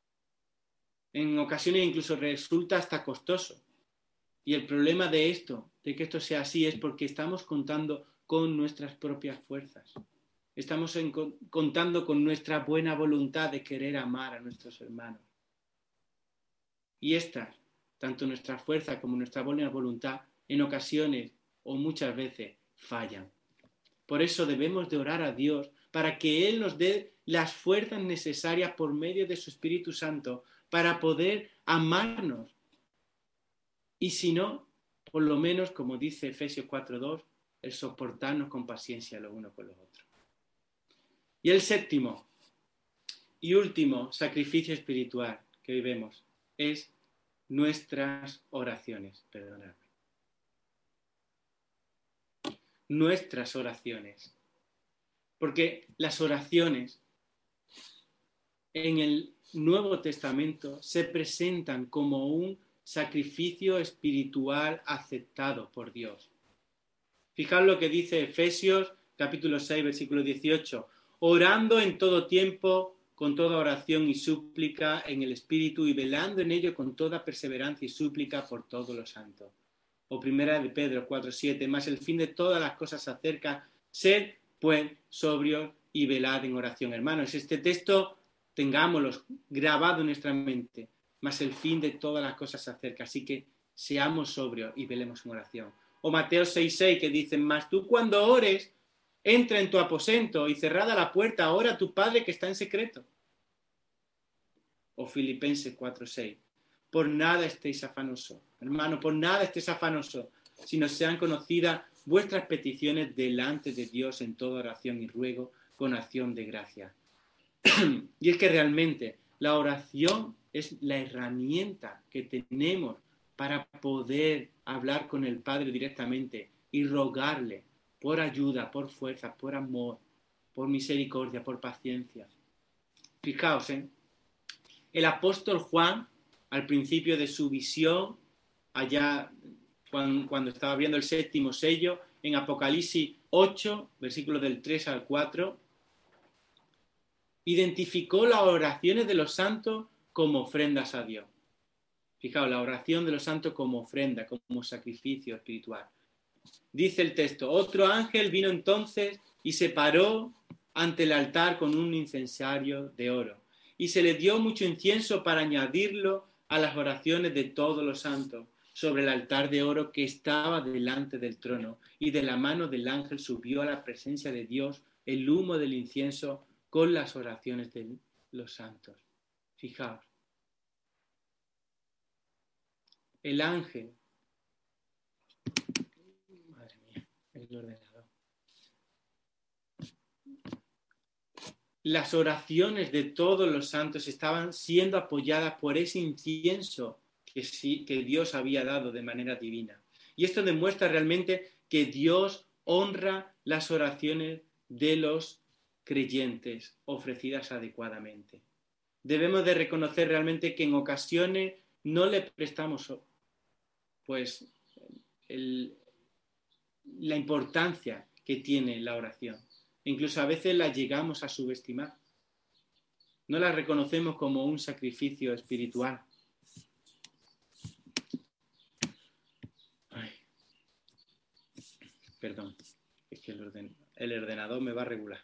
En ocasiones incluso resulta hasta costoso. Y el problema de esto, de que esto sea así, es porque estamos contando con nuestras propias fuerzas. Estamos contando con nuestra buena voluntad de querer amar a nuestros hermanos. Y estas, tanto nuestra fuerza como nuestra buena voluntad, en ocasiones o muchas veces fallan. Por eso debemos de orar a Dios para que Él nos dé las fuerzas necesarias por medio de su Espíritu Santo para poder amarnos. Y si no, por lo menos, como dice Efesios 4:2, el soportarnos con paciencia los unos con los otros. Y el séptimo y último sacrificio espiritual que hoy vemos es nuestras oraciones. Perdonadme. Nuestras oraciones. Porque las oraciones en el Nuevo Testamento se presentan como un sacrificio espiritual aceptado por Dios. Fijaos lo que dice Efesios capítulo 6, versículo 18. Orando en todo tiempo, con toda oración y súplica en el Espíritu y velando en ello con toda perseverancia y súplica por todos los santos. O primera de Pedro 4:7, más el fin de todas las cosas se acerca, sed pues sobrios y velad en oración. Hermanos, este texto tengámoslo grabado en nuestra mente, más el fin de todas las cosas se acerca, así que seamos sobrios y velemos en oración. O Mateo 6:6 que dice, mas tú cuando ores, entra en tu aposento y cerrada la puerta, ora a tu Padre que está en secreto. O Filipenses 4:6, por nada estéis afanosos, hermano, por nada estéis afanosos, sino sean conocidas vuestras peticiones delante de Dios en toda oración y ruego con acción de gracia. Y es que realmente la oración es la herramienta que tenemos para poder hablar con el Padre directamente y rogarle por ayuda, por fuerza, por amor, por misericordia, por paciencia. Fijaos, el apóstol Juan, al principio de su visión, allá cuando estaba viendo el séptimo sello, en Apocalipsis 8, versículos del 3 al 4, identificó las oraciones de los santos como ofrendas a Dios. Fijaos, la oración de los santos como ofrenda, como sacrificio espiritual. Dice el texto, otro ángel vino entonces y se paró ante el altar con un incensario de oro. Y se le dio mucho incienso para añadirlo a las oraciones de todos los santos sobre el altar de oro que estaba delante del trono. Y de la mano del ángel subió a la presencia de Dios el humo del incienso con las oraciones de los santos. Fijaos, el ángel, madre mía, el ordenador. Las oraciones de todos los santos estaban siendo apoyadas por ese incienso que Dios había dado de manera divina. Y esto demuestra realmente que Dios honra las oraciones de los creyentes ofrecidas adecuadamente. Debemos de reconocer realmente que en ocasiones no le prestamos pues la importancia que tiene la oración. Incluso a veces la llegamos a subestimar. No la reconocemos como un sacrificio espiritual. Ay, perdón, es que el ordenador me va a regular.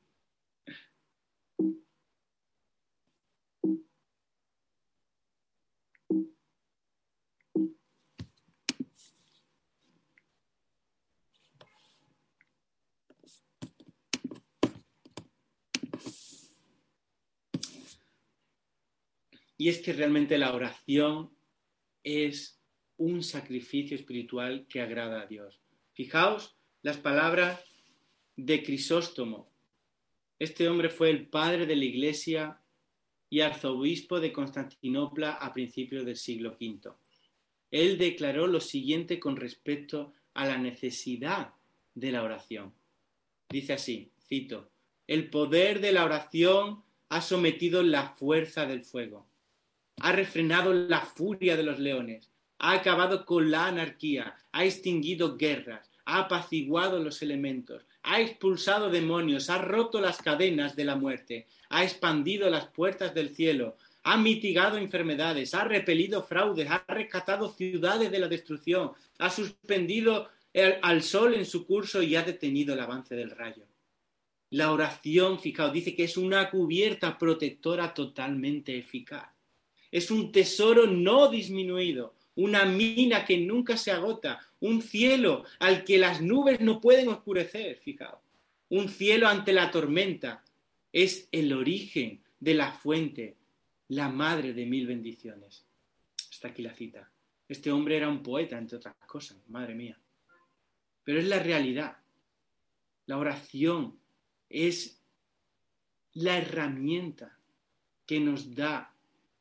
Y es que realmente la oración es un sacrificio espiritual que agrada a Dios. Fijaos las palabras de Crisóstomo. Este hombre fue el padre de la Iglesia y arzobispo de Constantinopla a principios del siglo V. Él declaró lo siguiente con respecto a la necesidad de la oración. Dice así, cito, el poder de la oración ha sometido la fuerza del fuego, ha refrenado la furia de los leones, ha acabado con la anarquía, ha extinguido guerras, ha apaciguado los elementos, ha expulsado demonios, ha roto las cadenas de la muerte, ha expandido las puertas del cielo, ha mitigado enfermedades, ha repelido fraudes, ha rescatado ciudades de la destrucción, ha suspendido al sol en su curso y ha detenido el avance del rayo. La oración, fijaos, dice que es una cubierta protectora totalmente eficaz. Es un tesoro no disminuido, una mina que nunca se agota, un cielo al que las nubes no pueden oscurecer, fijaos. Un cielo ante la tormenta. Es el origen de la fuente, la madre de mil bendiciones. Hasta aquí la cita. Este hombre era un poeta, entre otras cosas, madre mía. Pero es la realidad. La oración es la herramienta que nos da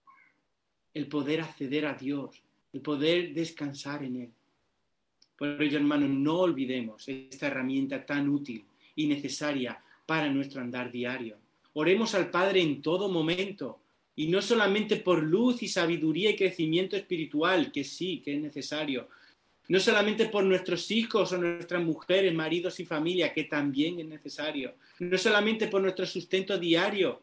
el poder acceder a Dios, el poder descansar en Él. Por ello, hermanos, no olvidemos esta herramienta tan útil y necesaria para nuestro andar diario. Oremos al Padre en todo momento, y no solamente por luz y sabiduría y crecimiento espiritual, que sí, que es necesario, no solamente por nuestros hijos o nuestras mujeres, maridos y familia, que también es necesario, no solamente por nuestro sustento diario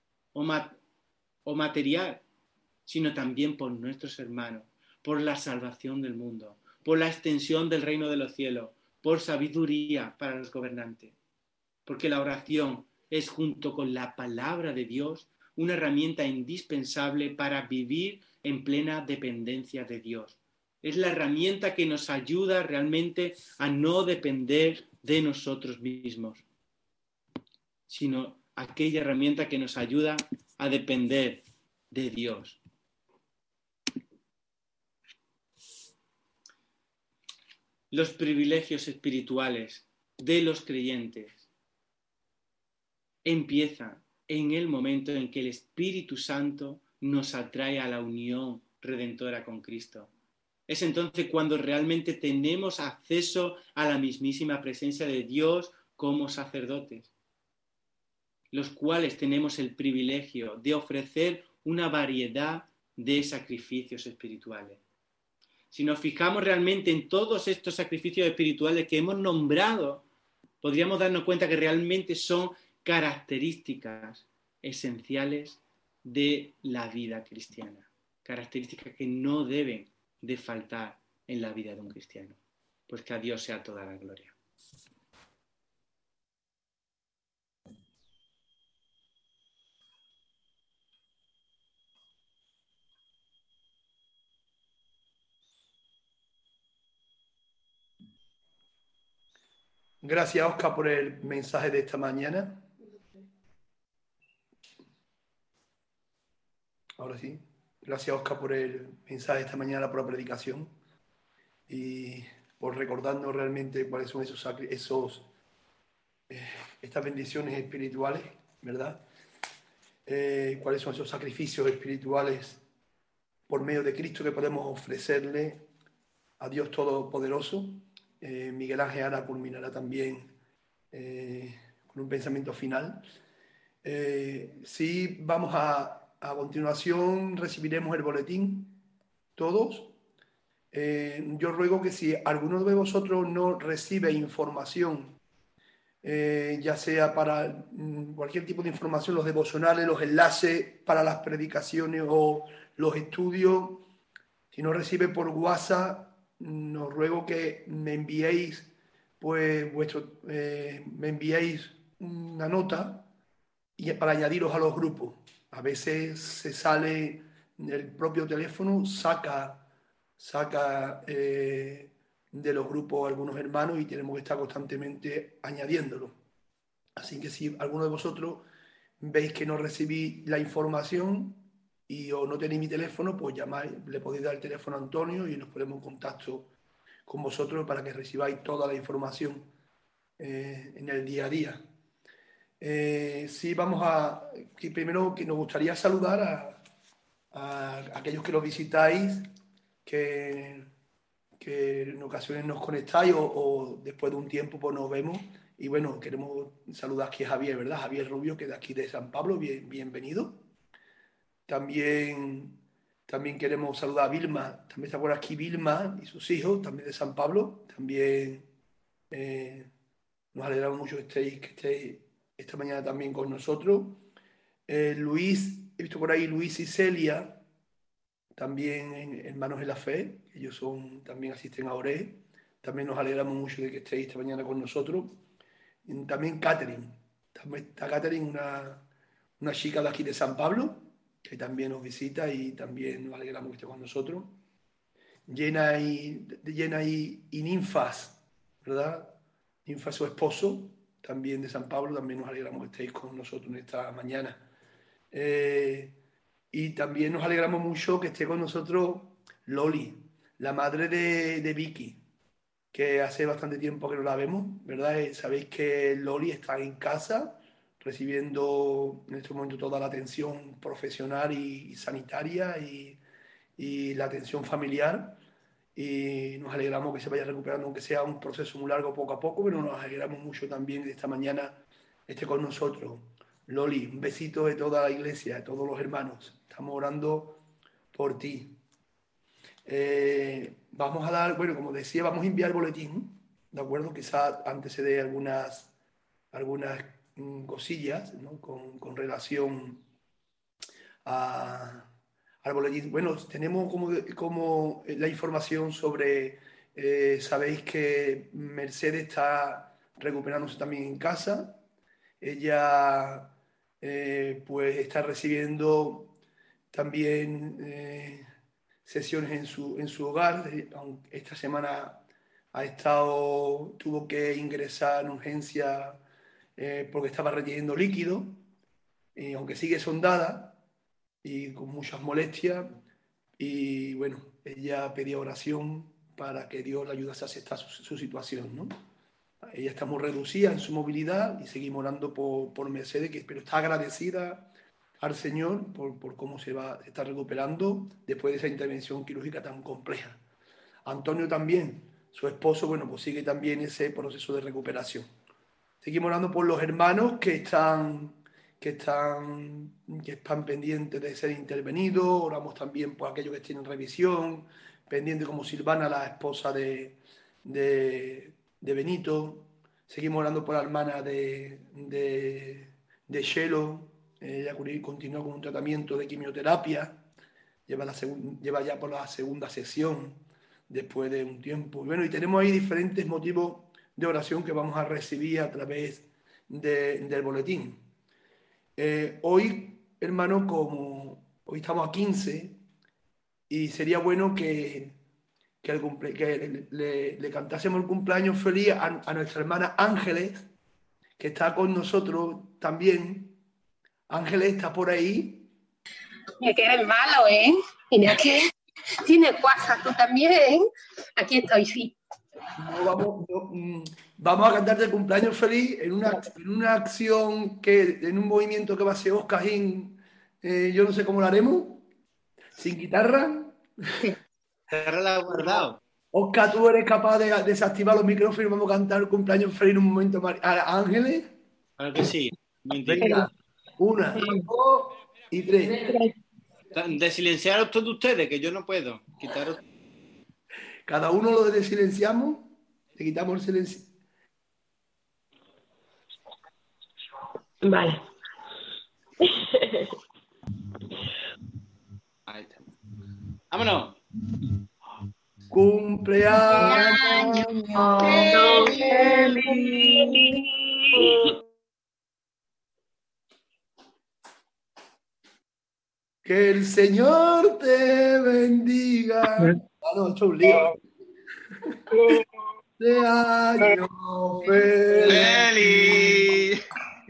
o material, sino también por nuestros hermanos, por la salvación del mundo, por la extensión del reino de los cielos, por sabiduría para los gobernantes. Porque la oración es, junto con la palabra de Dios, una herramienta indispensable para vivir en plena dependencia de Dios. Es la herramienta que nos ayuda realmente a no depender de nosotros mismos, sino aquella herramienta que nos ayuda a depender de Dios. Los privilegios espirituales de los creyentes empiezan en el momento en que el Espíritu Santo nos atrae a la unión redentora con Cristo. Es entonces cuando realmente tenemos acceso a la mismísima presencia de Dios como sacerdotes, los cuales tenemos el privilegio de ofrecer una variedad de sacrificios espirituales. Si nos fijamos realmente en todos estos sacrificios espirituales que hemos nombrado, podríamos darnos cuenta que realmente son características esenciales de la vida cristiana. características que no deben de faltar en la vida de un cristiano. Pues que a Dios sea toda la gloria. Gracias, Oscar, por el mensaje de esta mañana. Ahora sí. Gracias, Oscar, por el mensaje de esta mañana, por la predicación y por recordarnos realmente cuáles son estas bendiciones espirituales, ¿verdad? Cuáles son esos sacrificios espirituales por medio de Cristo que podemos ofrecerle a Dios Todopoderoso. Miguel Ángel ahora culminará también con un pensamiento final. Sí, vamos a continuación recibiremos el boletín, todos. Yo ruego que si alguno de vosotros no recibe información, ya sea para cualquier tipo de información, los devocionales, los enlaces para las predicaciones o los estudios, si no recibe por WhatsApp, os ruego que me enviéis, pues me enviéis una nota y para añadiros a los grupos. A veces se sale el propio teléfono, saca de los grupos algunos hermanos y tenemos que estar constantemente añadiéndolo. Así que si alguno de vosotros veis que no recibí la información o no tenéis mi teléfono, pues llamáis, le podéis dar el teléfono a Antonio y nos ponemos en contacto con vosotros para que recibáis toda la información en el día a día. Sí, primero que nos gustaría saludar a aquellos que nos visitáis, que en ocasiones nos conectáis o después de un tiempo pues nos vemos. Y bueno, queremos saludar aquí a Javier, ¿verdad? Javier Rubio, que es de aquí de San Pablo, bienvenido. También queremos saludar a Vilma, también está por aquí Vilma y sus hijos, también de San Pablo. También nos alegramos mucho que estéis esta mañana también con nosotros. Luis, he visto por ahí Luis y Celia, también hermanos en la fe, ellos también asisten a ORE. También nos alegramos mucho de que estéis esta mañana con nosotros. Y también Catherine, también está Catherine, una chica de aquí de San Pablo, que también nos visita y también nos alegramos que esté con nosotros. Llena y Ninfas, ¿verdad? Ninfas, su esposo, también de San Pablo, también nos alegramos que estéis con nosotros en esta mañana. Y también nos alegramos mucho que esté con nosotros Loli, la madre de Vicky, que hace bastante tiempo que no la vemos, ¿verdad? Sabéis que Loli está en casa recibiendo en este momento toda la atención profesional y sanitaria y la atención familiar. Y nos alegramos que se vaya recuperando, aunque sea un proceso muy largo poco a poco, pero nos alegramos mucho también de esta mañana esté con nosotros. Loli, un besito de toda la iglesia, de todos los hermanos. Estamos orando por ti. Vamos a dar, bueno, como decía, vamos a enviar el boletín, ¿de acuerdo? Quizás antes se dé algunas cosillas, ¿no? Con relación al boletín. Bueno, tenemos como la información sobre, sabéis que Mercedes está recuperándose también en casa. Ella pues está recibiendo también sesiones en su hogar. Esta semana tuvo que ingresar en urgencia porque estaba reteniendo líquido, y aunque sigue sondada y con muchas molestias. Y bueno, ella pedía oración para que Dios le ayudase a aceptar su situación, ¿no? Ella está muy reducida en su movilidad y seguimos orando por Mercedes, pero está agradecida al Señor por cómo se está recuperando después de esa intervención quirúrgica tan compleja. Antonio también, su esposo, bueno, pues sigue también ese proceso de recuperación. Seguimos orando por los hermanos que están pendientes de ser intervenidos. Oramos también por aquellos que tienen revisión, pendientes como Silvana, la esposa de Benito. Seguimos orando por la hermana de Shelo. Ella continúa con un tratamiento de quimioterapia. lleva ya por la segunda sesión después de un tiempo. Y bueno, y tenemos ahí diferentes motivos de oración que vamos a recibir a través del boletín. Hoy, hermano, como hoy estamos a 15, y sería bueno que le cantásemos el cumpleaños feliz a nuestra hermana Ángeles, que está con nosotros también. Ángeles, ¿está por ahí? Mira que eres malo, ¿eh? Mira que tienes WhatsApp tú también. Aquí estoy, sí. Vamos a cantarte el cumpleaños feliz en una acción, en un movimiento que va a ser Oscar Gin. Yo no sé cómo lo haremos, sin guitarra. La he guardado. Oscar, tú eres capaz de desactivar los micrófonos y vamos a cantar el cumpleaños feliz en un momento. Ángeles. Claro que sí. Venga, 1, 2 y 3. De silenciaros todos ustedes, que yo no puedo. Quitaros. Cada uno lo desilenciamos, le quitamos el silencio. Vale. Ahí está. ¡Vámonos! Cumpleaños feliz. Que el Señor te bendiga. Ah, no, he hecho un lío. De año feliz.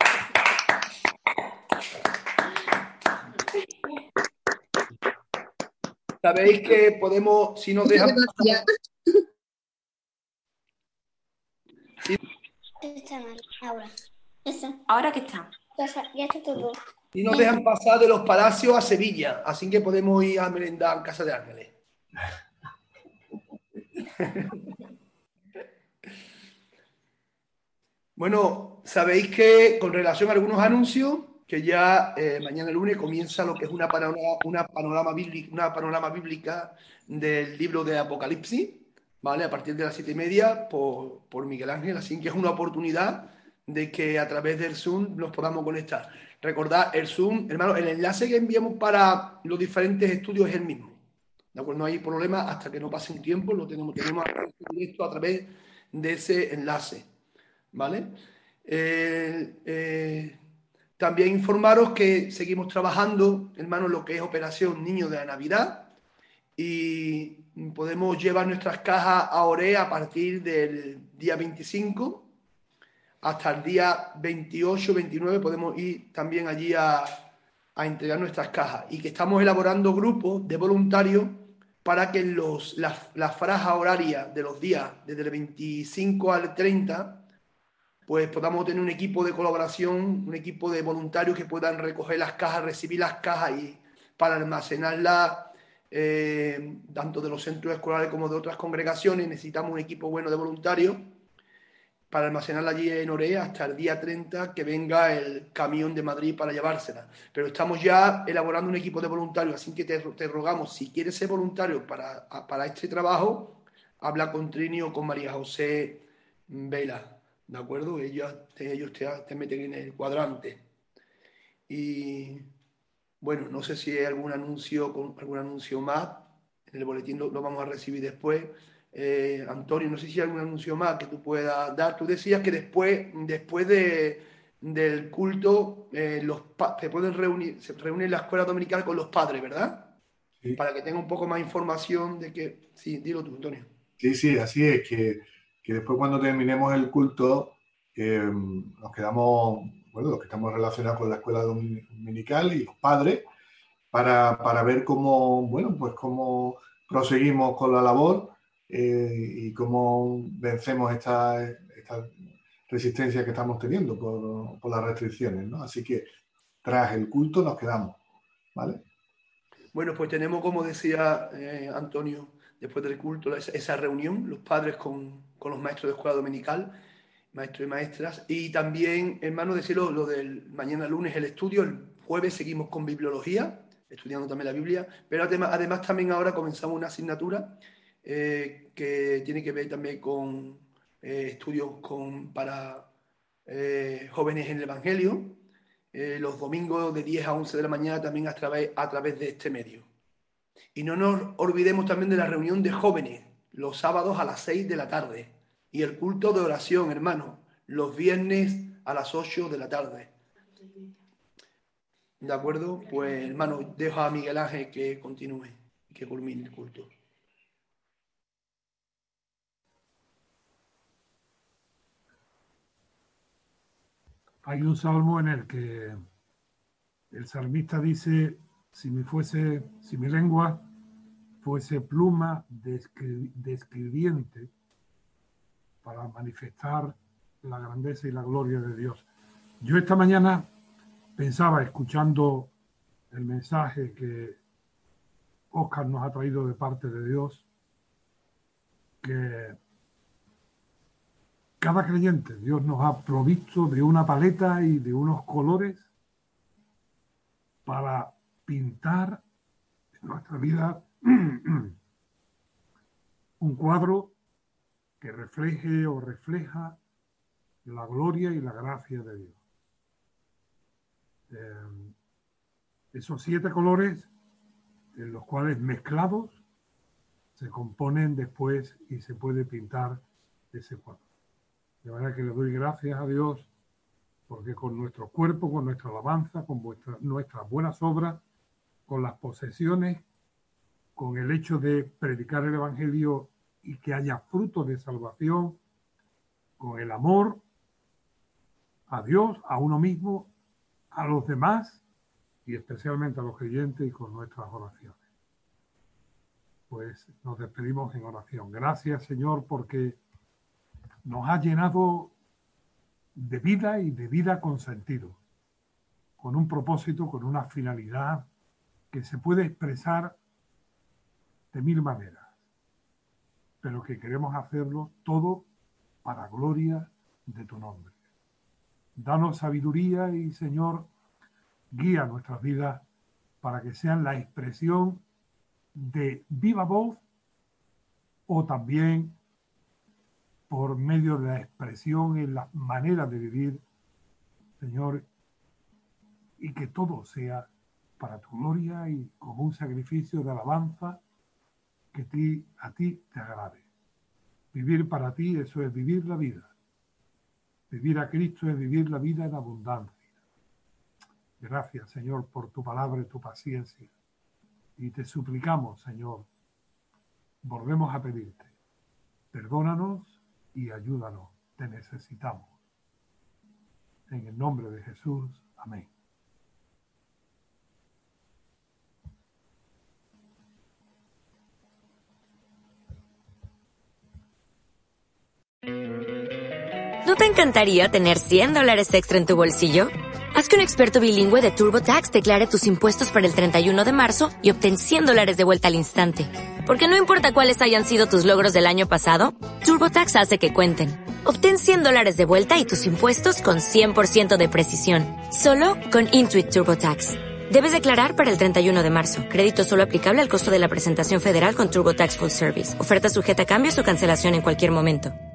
Sabéis que podemos, si nos dejan. Está mal, ahora. ¿Ahora qué está? Ya está todo. Si nos dejan pasar de los Palacios a Sevilla, así que podemos ir a merendar en Casa de Ángeles. Bueno, sabéis que con relación a algunos anuncios, que ya mañana lunes comienza lo que es una panorama bíblica del libro de Apocalipsis, ¿vale? A partir de las 7:30 por Miguel Ángel, así que es una oportunidad de que a través del Zoom nos podamos conectar. Recordad, el Zoom, hermano, el enlace que enviamos para los diferentes estudios es el mismo. ¿De acuerdo? No hay problema hasta que no pase un tiempo, lo tenemos directo a través de ese enlace, ¿vale? También informaros que seguimos trabajando, hermano, en lo que es Operación Niño de la Navidad, y podemos llevar nuestras cajas a Orea a partir del día 25 hasta el día 28, 29 podemos ir también allí a entregar nuestras cajas, y que estamos elaborando grupos de voluntarios para que en las franjas horarias de los días desde el 25 al 30 pues podamos tener un equipo de colaboración, un equipo de voluntarios que puedan recoger las cajas, recibir las cajas y para almacenarlas tanto de los centros escolares como de otras congregaciones. Necesitamos un equipo bueno de voluntarios para almacenarla allí en Orea hasta el día 30 que venga el camión de Madrid para llevársela. Pero estamos ya elaborando un equipo de voluntarios, así que te rogamos, si quieres ser voluntario para este trabajo, habla con Trini o con María José Vela, ¿de acuerdo? Ellos te meten en el cuadrante. Y bueno, no sé si hay algún anuncio más, en el boletín lo vamos a recibir después. Antonio, no sé si hay algún anuncio más que tú puedas dar. Tú decías que después del culto se reúne la escuela dominical con los padres, ¿verdad? Sí. Para que tenga un poco más información de que... Sí, dilo tú, Antonio. Sí, así es, que después cuando terminemos el culto nos quedamos, bueno, los que estamos relacionados con la escuela dominical y los padres para ver cómo, bueno, pues cómo proseguimos con la labor y cómo vencemos esta resistencia que estamos teniendo por las restricciones, ¿no? Así que tras el culto nos quedamos, ¿vale? Bueno, pues tenemos, como decía Antonio, después del culto, esa reunión, los padres con los maestros de escuela dominical, maestros y maestras, y también, hermano, decirlo, lo del mañana lunes el estudio, el jueves seguimos con bibliología, estudiando también la Biblia, pero además también ahora comenzamos una asignatura que tiene que ver también con estudios para jóvenes en el Evangelio, los domingos de 10 a 11 de la mañana también a través de este medio. Y no nos olvidemos también de la reunión de jóvenes, los sábados a las 6 de la tarde. Y el culto de oración, hermano, los viernes a las 8 de la tarde. ¿De acuerdo? Pues, hermano, dejo a Miguel Ángel que continúe y que culmine el culto. Hay un salmo en el que el salmista dice: si mi lengua fuese pluma de escribiente para manifestar la grandeza y la gloria de Dios. Yo esta mañana pensaba, escuchando el mensaje que Óscar nos ha traído de parte de Dios, que cada creyente, Dios nos ha provisto de una paleta y de unos colores para pintar en nuestra vida un cuadro que refleje o refleja la gloria y la gracia de Dios. Esos 7 colores, en los cuales mezclados se componen después y se puede pintar ese cuadro. De manera que le doy gracias a Dios porque con nuestro cuerpo, con nuestra alabanza, con nuestras buenas obras, con las posesiones, con el hecho de predicar el Evangelio y que haya frutos de salvación, con el amor a Dios, a uno mismo, a los demás y especialmente a los creyentes, y con nuestras oraciones. Pues nos despedimos en oración. Gracias, Señor, porque nos ha llenado de vida y de vida con sentido, con un propósito, con una finalidad que se puede expresar de 1000 maneras, pero que queremos hacerlo todo para gloria de tu nombre. Danos sabiduría y, Señor, guía nuestras vidas para que sean la expresión de viva voz o también por medio de la expresión en la manera de vivir, Señor, y que todo sea para tu gloria y como un sacrificio de alabanza que a ti te agrade. Vivir para ti, eso es vivir la vida. Vivir a Cristo es vivir la vida en abundancia. Gracias, Señor, por tu palabra y tu paciencia. Y te suplicamos, Señor, volvemos a pedirte, perdónanos y ayúdanos, te necesitamos. En el nombre de Jesús, amén. ¿No te encantaría tener $100 extra en tu bolsillo? Haz que un experto bilingüe de TurboTax declare tus impuestos para el 31 de marzo y obtén $100 de vuelta al instante. Porque no importa cuáles hayan sido tus logros del año pasado, TurboTax hace que cuenten. Obtén $100 de vuelta y tus impuestos con 100% de precisión. Solo con Intuit TurboTax. Debes declarar para el 31 de marzo. Crédito solo aplicable al costo de la presentación federal con TurboTax Full Service. Oferta sujeta a cambios o cancelación en cualquier momento.